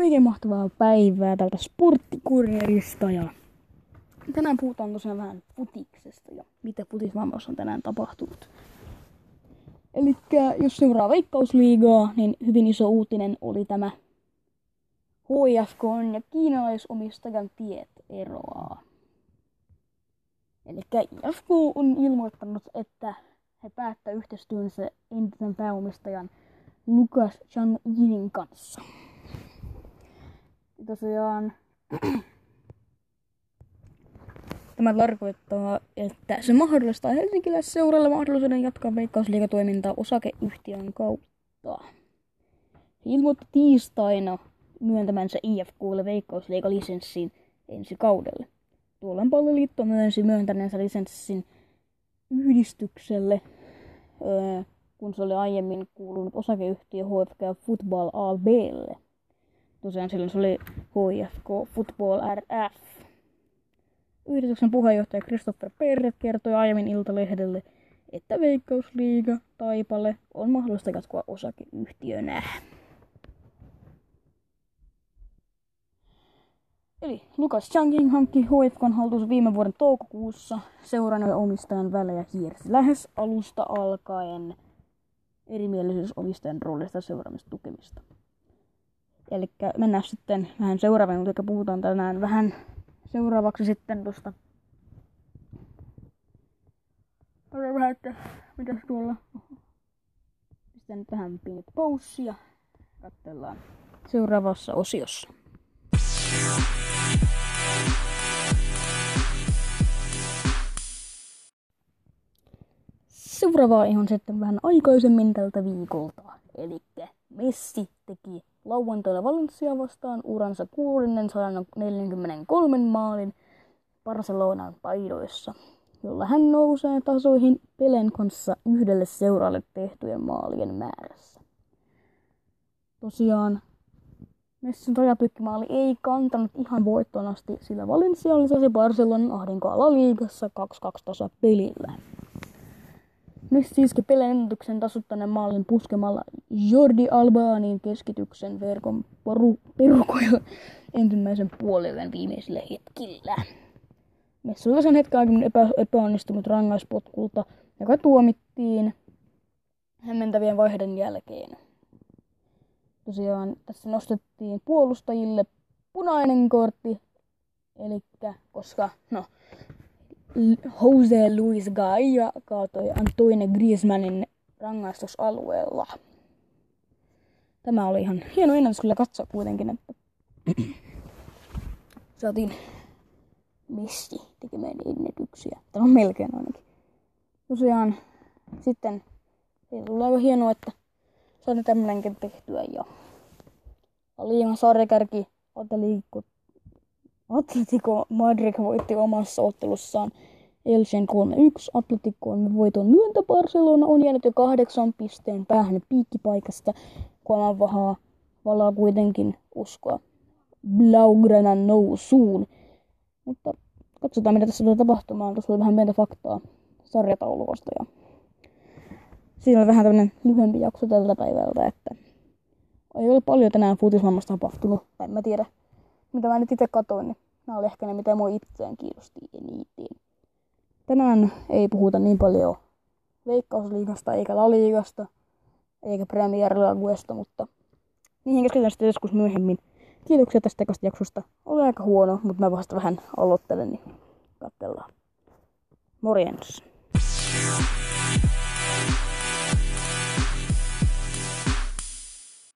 Oikein mahtavaa päivää tältä Sporttikurjerista ja tänään puhutaan tosiaan vähän futiksesta ja mitä futismaailmassa on tänään tapahtunut. Elikkä jos seuraa Veikkausliigaa, niin hyvin iso uutinen oli tämä HFK:n ja kiinalaisomistajan tiet eroaa. Elikkä IFK on ilmoittanut, että he päättää yhteistyönsä entisen pääomistajan Lucas Changinin kanssa. Tosiaan tämä tarkoittaa, että se mahdollistaa helsinkiläisseuralle mahdollisuuden jatkaa Veikkausliigatoimintaa osakeyhtiön kautta. He ilmoitti tiistaina myöntämänsä IFK:lle Veikkausliiga-lisenssin ensi kaudelle. Tuolloin Palloliitto myöntäneensä lisenssin yhdistykselle, kun se oli aiemmin kuulunut osakeyhtiö HFK Football AB:lle. Tosiaan silloin se oli HFK Football RF. Yhdistyksen puheenjohtaja Christopher Perret kertoi aiemmin Iltalehdelle, että Veikkausliiga Taipale on mahdollista jatkoa osakeyhtiönä. Eli Lucas Changin hankki HFK:n haltuunsa viime vuoden toukokuussa. Seuran ja omistajan välejä kiersi lähes alusta alkaen erimielisyys omistajan roolista seuraamista tukemista. Eli mennään sitten vähän seuraavaan, mutta puhutaan tänään vähän seuraavaksi sitten tuosta. Vähän, että mitäs tuolla. Pistän nyt tähän pienet paussi ja katsellaan seuraavassa osiossa. Seuraavaa ihan sitten vähän aikaisemmin tältä viikolta. Elikkä Messi teki lauantaina Valencia vastaan uransa 643 maalin Barcelonan paidoissa, jolla hän nousee tasoihin Pelen kanssa yhdelle seuralle tehtyjen maalien määrässä. Tosiaan Messin rajapykkimaali ei kantanut ihan voittoon asti, sillä Valencia lisäsi Barcelonan ahdinkoa La Ligassa 2-2 tasapelillä. Messi iski Pelen ennätyksen tasuttaneen maalin puskemalla Jordi Albanin keskityksen verkon perukoilla ensimmäisen puolivälin viimeisillä hetkillä. Messi oli sen hetken aikana epäonnistunut rangaispotkulta, joka tuomittiin hämmentävien vaiheiden jälkeen. Tosiaan tässä nostettiin puolustajille punainen kortti, eli koska Jose Luis Gaya kaatoi Antoine Griezmannin rangaistusalueella. Tämä oli ihan hieno ennätys kyllä katsoa kuitenkin, että saatiin Messi tekemään ennätyksiä. Tämä on melkein ainakin. Tosiaan sitten oli aika hienoa, että saatiin tämmönenkin tehtyä. Ja Liigan sarjakärki Atletico Madrid voitti omassa ottelussaan Elchen 3-1. Atleticoon voiton myöntä Barcelona on jäänyt jo 8 pisteen päähän piikkipaikasta. Kuoman valaa kuitenkin uskoa Blaugranan nousuun. Mutta katsotaan mitä tässä tulee tapahtumaan. Tuossa oli vähän meitä faktaa sarjataulukosta. Ja siinä oli vähän tämmönen lyhyempi jakso tältä päivältä, että ei ole paljon tänään futismaailmassa tapahtunut. En mä tiedä, mitä mä nyt itse katoin, niin nämä oli ehkä ne, mitä mua itseään kiinnosti eniten. Tänään ei puhuta niin paljon Veikkausliigasta, eikä La Ligasta, eikä Premier Leaguesta, mutta niihin keskitytään sitten joskus myöhemmin. Kiitoksia tästä ekasta jaksosta. Oli aika huono, mutta mä vasta vähän aloittelen, niin katsellaan. Morjens.